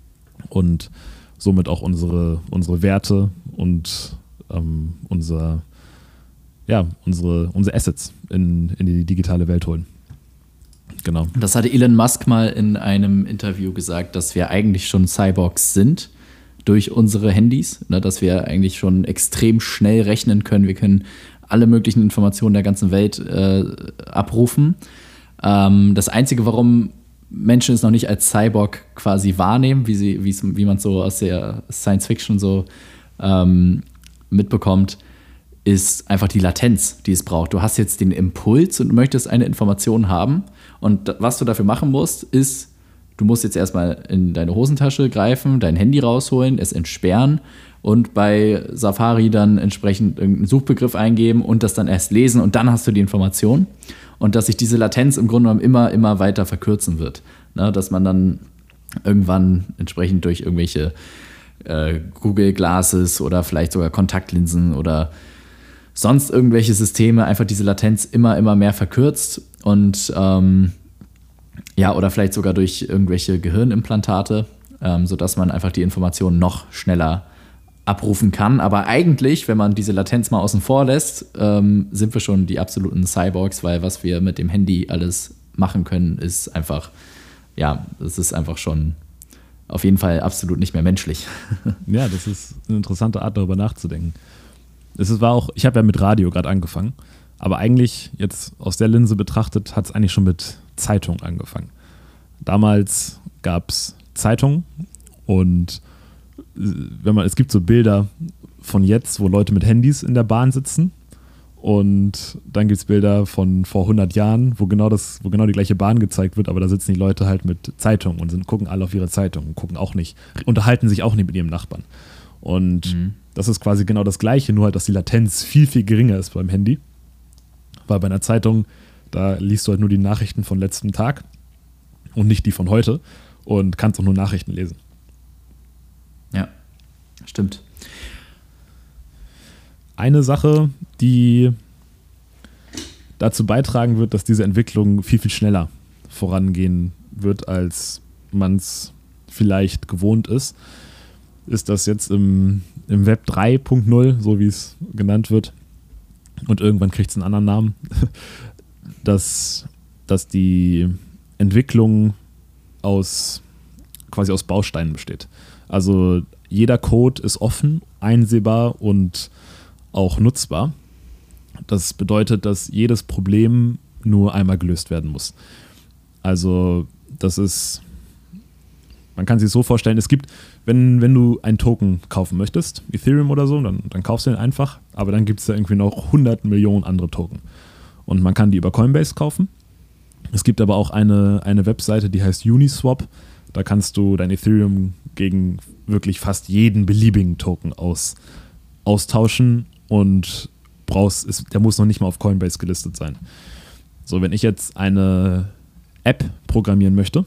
Und somit auch unsere, unsere Werte und ähm, unser, ja, unsere, unsere Assets in, in die digitale Welt holen. Genau. Das hatte Elon Musk mal in einem Interview gesagt, dass wir eigentlich schon Cyborgs sind durch unsere Handys, ne, dass wir eigentlich schon extrem schnell rechnen können. Wir können alle möglichen Informationen der ganzen Welt äh, abrufen. Ähm, das Einzige, warum Menschen es noch nicht als Cyborg quasi wahrnehmen, wie, sie, wie man es so aus der Science-Fiction so ähm, mitbekommt, ist einfach die Latenz, die es braucht. Du hast jetzt den Impuls und möchtest eine Information haben. Und was du dafür machen musst, ist, du musst jetzt erstmal in deine Hosentasche greifen, dein Handy rausholen, es entsperren und bei Safari dann entsprechend irgendeinen Suchbegriff eingeben und das dann erst lesen und dann hast du die Information. Und dass sich diese Latenz im Grunde genommen immer, immer weiter verkürzen wird. Ne, dass man dann irgendwann entsprechend durch irgendwelche äh, Google Glasses oder vielleicht sogar Kontaktlinsen oder sonst irgendwelche Systeme einfach diese Latenz immer, immer mehr verkürzt und ähm, ja, oder vielleicht sogar durch irgendwelche Gehirnimplantate, ähm, sodass man einfach die Informationen noch schneller abrufen kann. Aber eigentlich, wenn man diese Latenz mal außen vor lässt, ähm, sind wir schon die absoluten Cyborgs, weil was wir mit dem Handy alles machen können, ist einfach, ja, es ist einfach schon auf jeden Fall absolut nicht mehr menschlich. Ja, das ist eine interessante Art, darüber nachzudenken. Es war auch, ich habe ja mit Radio gerade angefangen, aber eigentlich jetzt aus der Linse betrachtet hat es eigentlich schon mit Zeitung angefangen. Damals gab es Zeitungen und wenn man, es gibt so Bilder von jetzt, wo Leute mit Handys in der Bahn sitzen und dann gibt es Bilder von vor hundert Jahren, wo genau, das, wo genau die gleiche Bahn gezeigt wird, aber da sitzen die Leute halt mit Zeitungen und sind, gucken alle auf ihre Zeitung und gucken auch nicht, unterhalten sich auch nicht mit ihrem Nachbarn. Und mhm. das ist quasi genau das Gleiche, nur halt, dass die Latenz viel, viel geringer ist beim Handy. Weil bei einer Zeitung, da liest du halt nur die Nachrichten von letztem Tag und nicht die von heute und kannst auch nur Nachrichten lesen. Ja, stimmt. Eine Sache, die dazu beitragen wird, dass diese Entwicklung viel, viel schneller vorangehen wird, als man es vielleicht gewohnt ist, ist das jetzt im, im Web drei Punkt null, so wie es genannt wird, und irgendwann kriegt es einen anderen Namen, dass, dass die Entwicklung aus quasi aus Bausteinen besteht. Also jeder Code ist offen, einsehbar und auch nutzbar. Das bedeutet, dass jedes Problem nur einmal gelöst werden muss. Also das ist, man kann sich so vorstellen, es gibt, wenn, wenn du einen Token kaufen möchtest, Ethereum oder so, dann, dann kaufst du den einfach, aber dann gibt es da irgendwie noch hundert Millionen andere Token. Und man kann die über Coinbase kaufen. Es gibt aber auch eine, eine Webseite, die heißt Uniswap. Da kannst du dein Ethereum gegen wirklich fast jeden beliebigen Token aus, austauschen und brauchst, ist, der muss noch nicht mal auf Coinbase gelistet sein. So, wenn ich jetzt eine App programmieren möchte,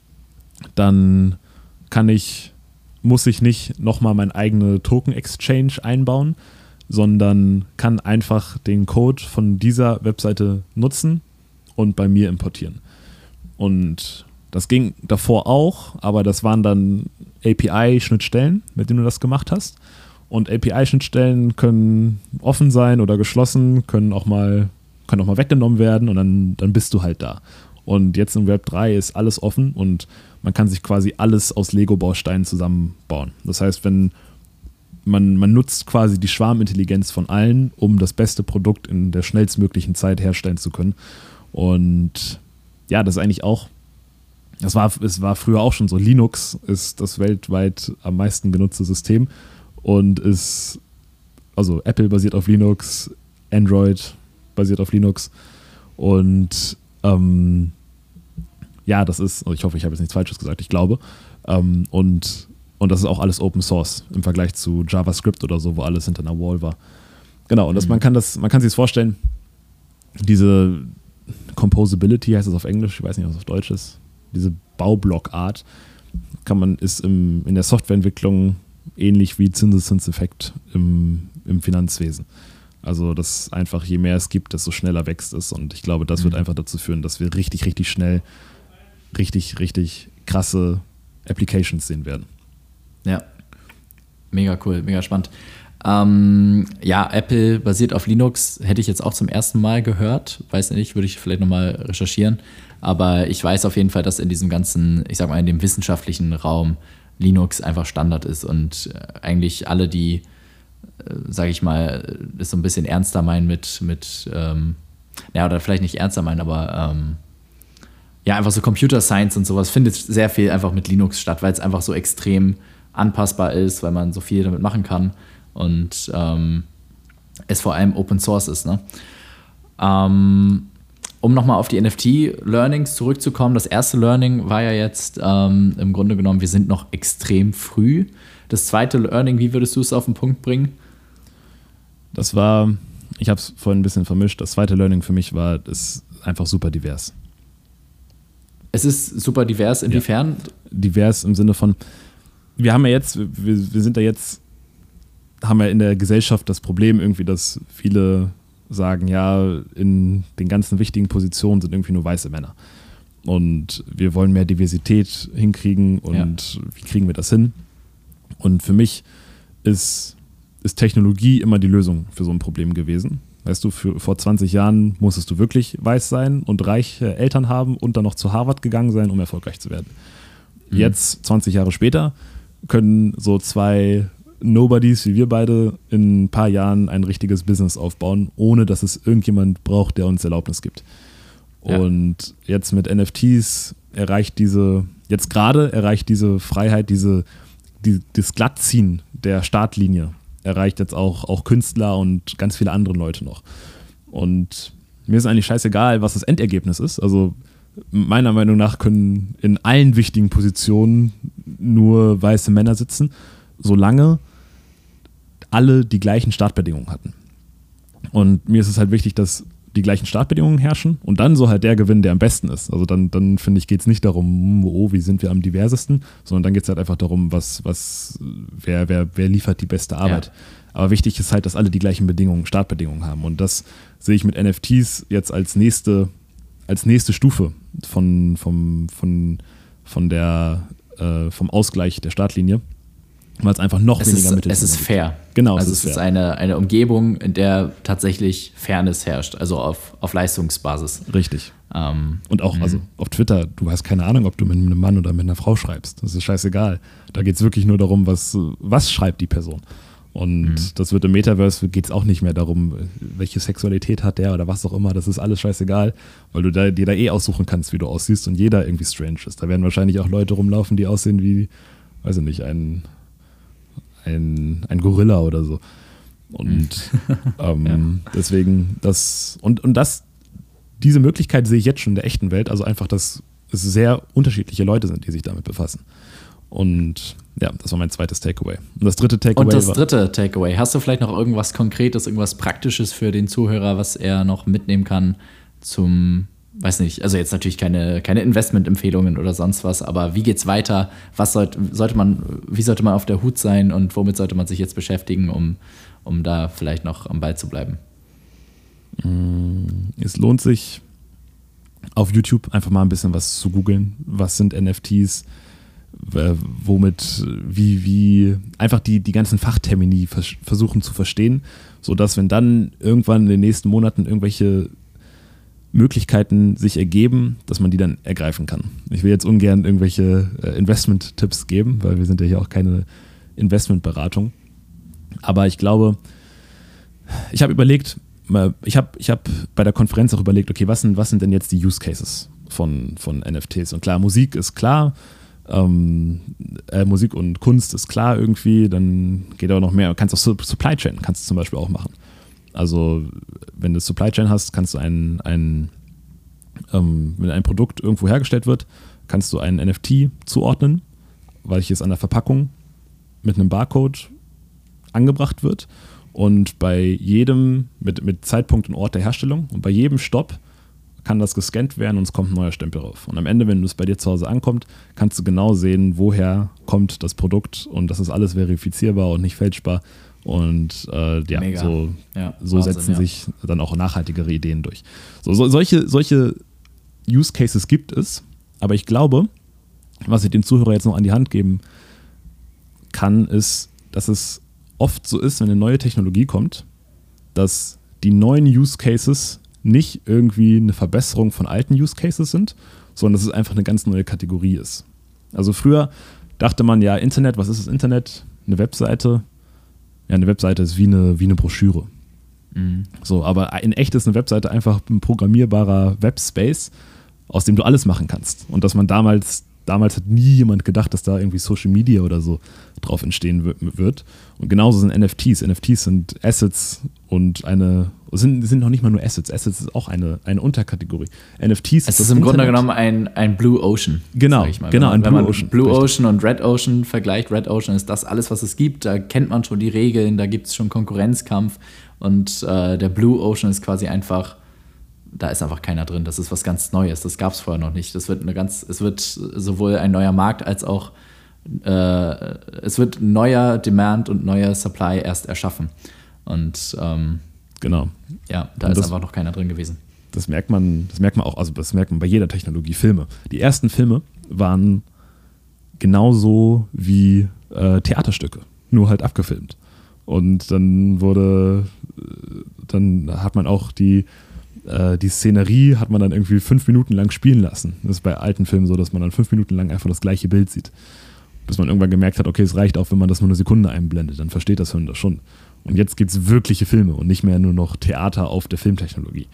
dann kann ich, muss ich nicht nochmal meine eigene Token-Exchange einbauen, sondern kann einfach den Code von dieser Webseite nutzen und bei mir importieren. Und das ging davor auch, aber das waren dann A P I-Schnittstellen, mit denen du das gemacht hast. Und A P I-Schnittstellen können offen sein oder geschlossen, können auch mal, können auch mal weggenommen werden und dann, dann bist du halt da. Und jetzt im Web drei ist alles offen und man kann sich quasi alles aus Lego-Bausteinen zusammenbauen. Das heißt, wenn man, man nutzt quasi die Schwarmintelligenz von allen, um das beste Produkt in der schnellstmöglichen Zeit herstellen zu können. Und ja, das ist eigentlich auch, das war, es war früher auch schon so, Linux ist das weltweit am meisten genutzte System und ist, also Apple basiert auf Linux, Android basiert auf Linux und ähm, ja, das ist, ich hoffe, ich habe jetzt nichts Falsches gesagt, ich glaube, ähm, und, und das ist auch alles Open Source im Vergleich zu JavaScript oder so, wo alles hinter einer Wall war. Genau, und das, mhm. man kann das, man kann sich das vorstellen, diese Composability heißt es auf Englisch, ich weiß nicht, was auf Deutsch ist, diese Baublockart kann man, ist im, in der Softwareentwicklung ähnlich wie Zinseszinseffekt im, im Finanzwesen. Also, dass einfach je mehr es gibt, desto schneller wächst es. Und ich glaube, das mhm. wird einfach dazu führen, dass wir richtig, richtig schnell richtig, richtig krasse Applications sehen werden. Ja, mega cool, mega spannend. Ähm, ja, Apple basiert auf Linux, hätte ich jetzt auch zum ersten Mal gehört. Weiß nicht, würde ich vielleicht nochmal recherchieren. Aber ich weiß auf jeden Fall, dass in diesem ganzen, ich sag mal, in dem wissenschaftlichen Raum Linux einfach Standard ist und eigentlich alle, die, äh, sage ich mal, das so ein bisschen ernster meinen mit, mit ähm, ja, oder vielleicht nicht ernster meinen, aber ähm, ja, einfach so Computer Science und sowas findet sehr viel einfach mit Linux statt, weil es einfach so extrem anpassbar ist, weil man so viel damit machen kann und ähm, es vor allem Open Source ist. Ne? Ähm, um nochmal auf die N F T-Learnings zurückzukommen, das erste Learning war ja jetzt ähm, im Grunde genommen, wir sind noch extrem früh. Das zweite Learning, wie würdest du es auf den Punkt bringen? Das war, ich habe es vorhin ein bisschen vermischt, das zweite Learning für mich war, es ist einfach super divers. Es ist super divers, inwiefern? Ja, divers im Sinne von, wir haben ja jetzt, wir, wir sind da jetzt, haben ja in der Gesellschaft das Problem irgendwie, dass viele sagen, ja, in den ganzen wichtigen Positionen sind irgendwie nur weiße Männer. Und wir wollen mehr Diversität hinkriegen und ja. Wie kriegen wir das hin? Und für mich ist, ist Technologie immer die Lösung für so ein Problem gewesen. Weißt du, für, vor zwanzig Jahren musstest du wirklich weiß sein und reiche Eltern haben und dann noch zu Harvard gegangen sein, um erfolgreich zu werden. Mhm. Jetzt, zwanzig Jahre später, können so zwei Nobodies wie wir beide in ein paar Jahren ein richtiges Business aufbauen, ohne dass es irgendjemand braucht, der uns Erlaubnis gibt. Ja. Und jetzt mit N F Ts erreicht diese, jetzt gerade erreicht diese Freiheit, diese, die, das Glattziehen der Startlinie erreicht jetzt auch, auch Künstler und ganz viele andere Leute noch. Und mir ist eigentlich scheißegal, was das Endergebnis ist. Also meiner Meinung nach können in allen wichtigen Positionen nur weiße Männer sitzen, solange alle die gleichen Startbedingungen hatten. Und mir ist es halt wichtig, dass die gleichen Startbedingungen herrschen und dann so halt der Gewinn, der am besten ist. Also dann, dann finde ich, geht es nicht darum, oh, wie sind wir am diversesten, sondern dann geht es halt einfach darum, was, was, wer, wer, wer liefert die beste Arbeit. Ja. Aber wichtig ist halt, dass alle die gleichen Bedingungen, Startbedingungen haben. Und das sehe ich mit N F Ts jetzt als nächste, als nächste Stufe von, vom, von, von der, äh, vom Ausgleich der Startlinie. Weil es einfach noch es weniger ist, Mittel Es ist fair. Genau, also es ist, es ist eine, eine Umgebung, in der tatsächlich Fairness herrscht, also auf, auf Leistungsbasis. Richtig. Ähm, Und auch also auf Twitter, du hast keine Ahnung, ob du mit einem Mann oder mit einer Frau schreibst. Das ist scheißegal. Da geht es wirklich nur darum, was, was schreibt die Person. Und mhm. das wird im Metaverse, geht es auch nicht mehr darum, welche Sexualität hat der oder was auch immer. Das ist alles scheißegal, weil du da, dir da eh aussuchen kannst, wie du aussiehst und jeder irgendwie strange ist. Da werden wahrscheinlich auch Leute rumlaufen, die aussehen wie, weiß ich nicht, ein Ein, ein Gorilla oder so. Und ähm, ja. deswegen, das, und, und das, diese Möglichkeit sehe ich jetzt schon in der echten Welt, also einfach, dass es sehr unterschiedliche Leute sind, die sich damit befassen. Und ja, das war mein zweites Takeaway. Und das dritte Takeaway Und das war, dritte Takeaway, hast du vielleicht noch irgendwas Konkretes, irgendwas Praktisches für den Zuhörer, was er noch mitnehmen kann zum, weiß nicht, also jetzt natürlich keine, keine Investmentempfehlungen oder sonst was, aber wie geht's weiter? Was sollte, sollte man, wie sollte man auf der Hut sein und womit sollte man sich jetzt beschäftigen, um, um da vielleicht noch am Ball zu bleiben? Es lohnt sich, auf YouTube einfach mal ein bisschen was zu googeln. Was sind N F Ts? Womit, wie, wie, einfach die, die ganzen Fachtermini vers- versuchen zu verstehen, sodass, wenn dann irgendwann in den nächsten Monaten irgendwelche Möglichkeiten sich ergeben, dass man die dann ergreifen kann. Ich will jetzt ungern irgendwelche äh, Investment-Tipps geben, weil wir sind ja hier auch keine Investmentberatung. Aber ich glaube, ich habe überlegt, ich habe ich hab bei der Konferenz auch überlegt, okay, was sind, was sind denn jetzt die Use Cases von, von N F Ts? Und klar, Musik ist klar, ähm, äh, Musik und Kunst ist klar irgendwie, dann geht auch noch mehr. Du kannst auch Supply Chain, kannst du zum Beispiel auch machen. Also wenn du Supply Chain hast, kannst du ein, ein ähm, wenn ein Produkt irgendwo hergestellt wird, kannst du einen N F T zuordnen, welches an der Verpackung mit einem Barcode angebracht wird und bei jedem, mit, mit Zeitpunkt und Ort der Herstellung und bei jedem Stopp kann das gescannt werden und es kommt ein neuer Stempel rauf. Und am Ende, wenn es bei dir zu Hause ankommt, kannst du genau sehen, woher kommt das Produkt und das ist alles verifizierbar und nicht fälschbar. Und äh, ja, Mega. so, ja, so Wahnsinn, setzen ja. sich dann auch nachhaltigere Ideen durch. So, so, solche, solche Use Cases gibt es, aber ich glaube, was ich dem Zuhörer jetzt noch an die Hand geben kann, ist, dass es oft so ist, wenn eine neue Technologie kommt, dass die neuen Use Cases nicht irgendwie eine Verbesserung von alten Use Cases sind, sondern dass es einfach eine ganz neue Kategorie ist. Also früher dachte man ja, Internet, was ist das Internet? Eine Webseite. Ja, eine Webseite ist wie eine, wie eine Broschüre. Mhm. So, aber in echt ist eine Webseite einfach ein programmierbarer Webspace, aus dem du alles machen kannst. Und dass man damals, damals hat nie jemand gedacht, dass da irgendwie Social Media oder so drauf entstehen wird. Und genauso sind N F Ts. N F Ts sind Assets und eine, sind, sind noch nicht mal nur Assets. Assets ist auch eine, eine Unterkategorie. N F Ts es ist im Grunde genommen ein, ein Blue Ocean. Genau, ich mal. genau, wenn man, ein Blue wenn man Ocean. Blue richtig. Ocean und Red Ocean vergleicht. Red Ocean ist das alles, was es gibt. Da kennt man schon die Regeln, da gibt es schon Konkurrenzkampf. Und äh, der Blue Ocean ist quasi einfach, da ist einfach keiner drin. Das ist was ganz Neues. Das gab es vorher noch nicht. Das wird eine ganz, es wird sowohl ein neuer Markt als auch äh, es wird neuer Demand und neuer Supply erst erschaffen. Und ähm, genau. Ja, da und ist das, einfach noch keiner drin gewesen. Das merkt man, das merkt man auch, also das merkt man bei jeder Technologie. Filme. Die ersten Filme waren genauso wie äh, Theaterstücke, nur halt abgefilmt. Und dann wurde, dann hat man auch die Die Szenerie hat man dann irgendwie fünf Minuten lang spielen lassen. Das ist bei alten Filmen so, dass man dann fünf Minuten lang einfach das gleiche Bild sieht. Bis man irgendwann gemerkt hat, okay, es reicht auch, wenn man das nur eine Sekunde einblendet. Dann versteht das Hirn das schon. Und jetzt gibt es wirkliche Filme und nicht mehr nur noch Theater auf der Filmtechnologie.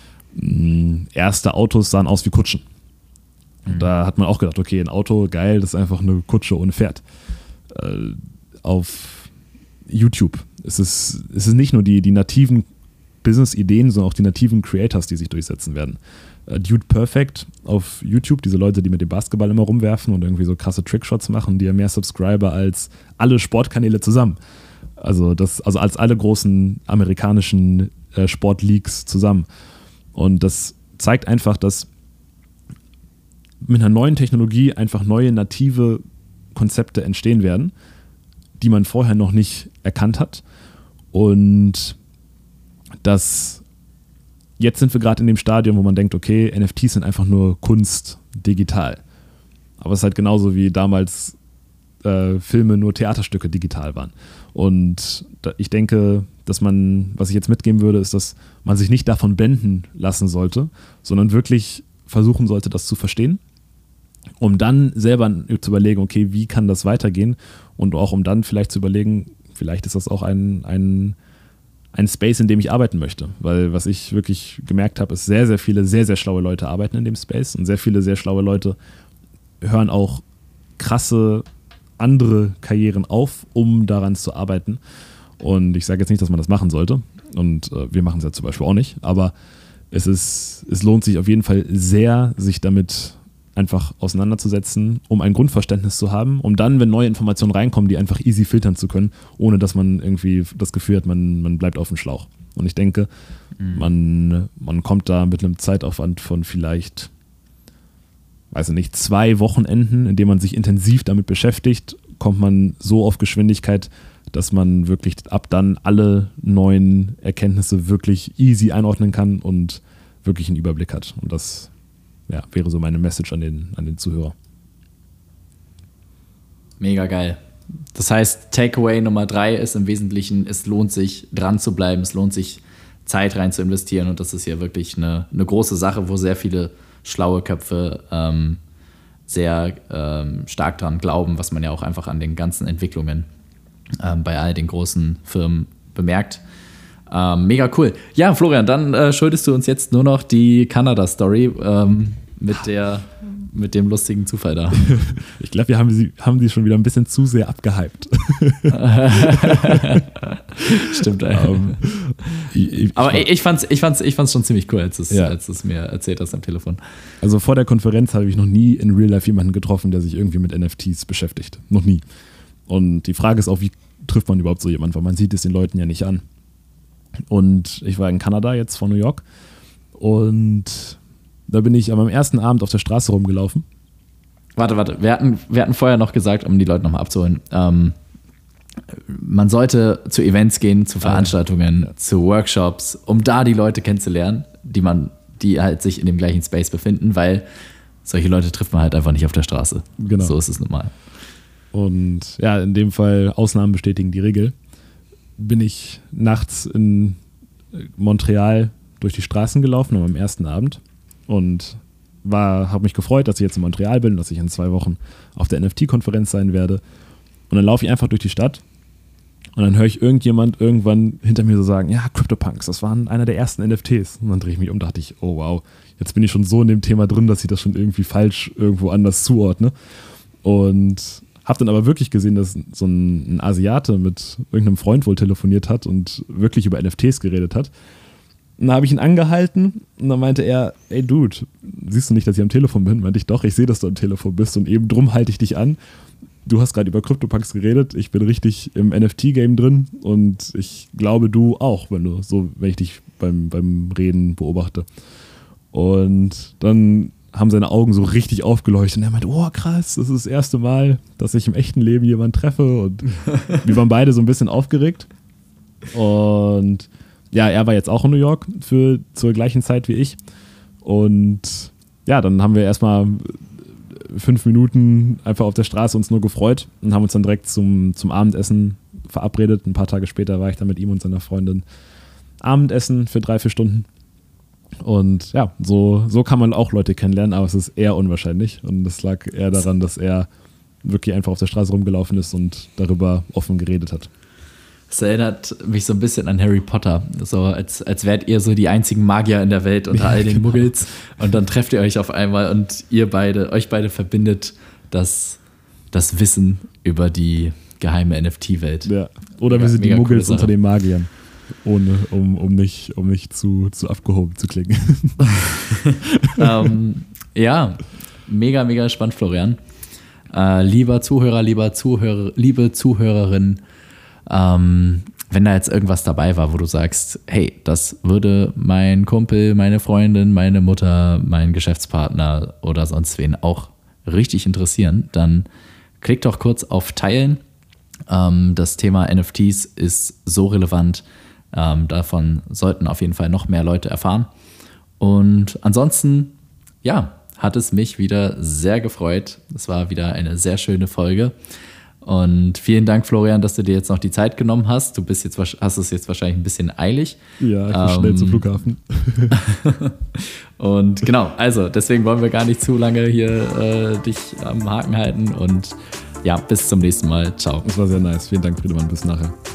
Erste Autos sahen aus wie Kutschen. Und mhm. da hat man auch gedacht, okay, ein Auto, geil, das ist einfach eine Kutsche ohne Pferd. Äh, auf YouTube ist es, ist es nicht nur die, die nativen Business-Ideen, sondern auch die nativen Creators, die sich durchsetzen werden. Uh, Dude Perfect auf YouTube, diese Leute, die mit dem Basketball immer rumwerfen und irgendwie so krasse Trickshots machen, die haben mehr Subscriber als alle Sportkanäle zusammen. Also, das, also als alle großen amerikanischen äh, Sportleagues zusammen. Und das zeigt einfach, dass mit einer neuen Technologie einfach neue native Konzepte entstehen werden, die man vorher noch nicht erkannt hat. Und dass jetzt sind wir gerade in dem Stadium, wo man denkt, okay, N F Ts sind einfach nur Kunst digital. Aber es ist halt genauso wie damals äh, Filme nur Theaterstücke digital waren. Und da, ich denke, dass man, was ich jetzt mitgeben würde, ist, dass man sich nicht davon blenden lassen sollte, sondern wirklich versuchen sollte, das zu verstehen, um dann selber zu überlegen, okay, wie kann das weitergehen und auch um dann vielleicht zu überlegen, vielleicht ist das auch ein, ein ein Space, in dem ich arbeiten möchte. Weil was ich wirklich gemerkt habe, ist, sehr, sehr viele sehr, sehr schlaue Leute arbeiten in dem Space und sehr viele sehr schlaue Leute hören auch krasse andere Karrieren auf, um daran zu arbeiten. Und ich sage jetzt nicht, dass man das machen sollte und äh, wir machen es ja zum Beispiel auch nicht, aber es ist, es lohnt sich auf jeden Fall sehr, sich damit einfach auseinanderzusetzen, um ein Grundverständnis zu haben, um dann, wenn neue Informationen reinkommen, die einfach easy filtern zu können, ohne dass man irgendwie das Gefühl hat, man, man bleibt auf dem Schlauch. Und ich denke, mhm. man, man kommt da mit einem Zeitaufwand von vielleicht, weiß ich nicht, zwei Wochenenden, in dem man sich intensiv damit beschäftigt, kommt man so auf Geschwindigkeit, dass man wirklich ab dann alle neuen Erkenntnisse wirklich easy einordnen kann und wirklich einen Überblick hat. Und das ja, wäre so meine Message an den, an den Zuhörer. Mega geil. Das heißt, Takeaway Nummer drei ist im Wesentlichen, es lohnt sich, dran zu bleiben, es lohnt sich, Zeit rein zu investieren und das ist ja wirklich eine, eine große Sache, wo sehr viele schlaue Köpfe ähm, sehr ähm, stark dran glauben, was man ja auch einfach an den ganzen Entwicklungen ähm, bei all den großen Firmen bemerkt. Ähm, mega cool. Ja, Florian, dann äh, schuldest du uns jetzt nur noch die Kanada-Story ähm, mit, der, mit dem lustigen Zufall da. Ich glaube, wir haben sie, haben sie schon wieder ein bisschen zu sehr abgehypt. Stimmt, ey. Um, ich, ich, Aber ich, ich fand es ich fand's, ich fand's schon ziemlich cool, als du ja. es mir erzählt hast am Telefon. Also vor der Konferenz habe ich noch nie in Real Life jemanden getroffen, der sich irgendwie mit N F Ts beschäftigt. Noch nie. Und die Frage ist auch, wie trifft man überhaupt so jemanden? Weil man sieht es den Leuten ja nicht an. Und ich war in Kanada jetzt vor New York und Da bin ich am ersten Abend auf der Straße rumgelaufen. Warte, warte, wir hatten, wir hatten vorher noch gesagt, um die Leute nochmal abzuholen, ähm, man sollte zu Events gehen, zu Veranstaltungen, ah, ja. zu Workshops, um da die Leute kennenzulernen, die man, die halt sich in dem gleichen Space befinden, weil solche Leute trifft man halt einfach nicht auf der Straße. Genau. So ist es normal. Und ja, in dem Fall Ausnahmen bestätigen die Regel. Bin ich nachts in Montreal durch die Straßen gelaufen am ersten Abend und war, habe mich gefreut, dass ich jetzt in Montreal bin, dass ich in zwei Wochen auf der N F T-Konferenz sein werde. Und dann laufe ich einfach durch die Stadt und dann höre ich irgendjemand irgendwann hinter mir so sagen, ja, CryptoPunks, das waren einer der ersten N F Ts. Und dann drehe ich mich um und dachte ich, oh wow, jetzt bin ich schon so in dem Thema drin, dass ich das schon irgendwie falsch irgendwo anders zuordne. Und habe dann aber wirklich gesehen, dass so ein, ein Asiate mit irgendeinem Freund wohl telefoniert hat und wirklich über N F Ts geredet hat. Und dann habe ich ihn angehalten und dann meinte er, ey Dude, siehst du nicht, dass ich am Telefon bin? Meinte ich, doch, ich sehe, dass du am Telefon bist und eben drum halte ich dich an. Du hast gerade über CryptoPunks geredet, ich bin richtig im N F T-Game drin und ich glaube, du auch, wenn du so, wenn ich dich beim, beim Reden beobachte. Und dann haben seine Augen so richtig aufgeleuchtet und er meinte, oh krass, das ist das erste Mal, dass ich im echten Leben jemanden treffe und wir waren beide so ein bisschen aufgeregt und ja, er war jetzt auch in New York für, zur gleichen Zeit wie ich und ja, dann haben wir erstmal fünf Minuten einfach auf der Straße uns nur gefreut und haben uns dann direkt zum, zum Abendessen verabredet. Ein paar Tage später war ich dann mit ihm und seiner Freundin Abendessen für drei, vier Stunden. Und ja, so, so kann man auch Leute kennenlernen, aber es ist eher unwahrscheinlich. Und das lag eher daran, dass er wirklich einfach auf der Straße rumgelaufen ist und darüber offen geredet hat. Das erinnert mich so ein bisschen an Harry Potter. So, als, als wärt ihr so die einzigen Magier in der Welt unter all den genau. Muggels. Und dann trefft ihr euch auf einmal und ihr beide, euch beide verbindet das, das Wissen über die geheime N F T-Welt. Ja. Oder wir sind die Muggels unter den Magiern. Ohne, um, um nicht, um nicht zu, zu abgehoben zu klingen. ähm, ja, mega, mega spannend, Florian. Äh, lieber Zuhörer, lieber Zuhörer, liebe Zuhörerin, ähm, wenn da jetzt irgendwas dabei war, wo du sagst, hey, das würde mein Kumpel, meine Freundin, meine Mutter, mein Geschäftspartner oder sonst wen auch richtig interessieren, dann klick doch kurz auf Teilen. Ähm, das Thema N F Ts ist so relevant. Ähm, davon sollten auf jeden Fall noch mehr Leute erfahren. Und ansonsten, ja, hat es mich wieder sehr gefreut. Es war wieder eine sehr schöne Folge. Und vielen Dank, Florian, dass du dir jetzt noch die Zeit genommen hast. Du bist jetzt, hast es jetzt wahrscheinlich ein bisschen eilig. Ja, ich muss ähm, schnell zum Flughafen. Und genau, also deswegen wollen wir gar nicht zu lange hier äh, dich am Haken halten. Und ja, bis zum nächsten Mal. Ciao. Das war sehr nice. Vielen Dank, Friedemann. Bis nachher.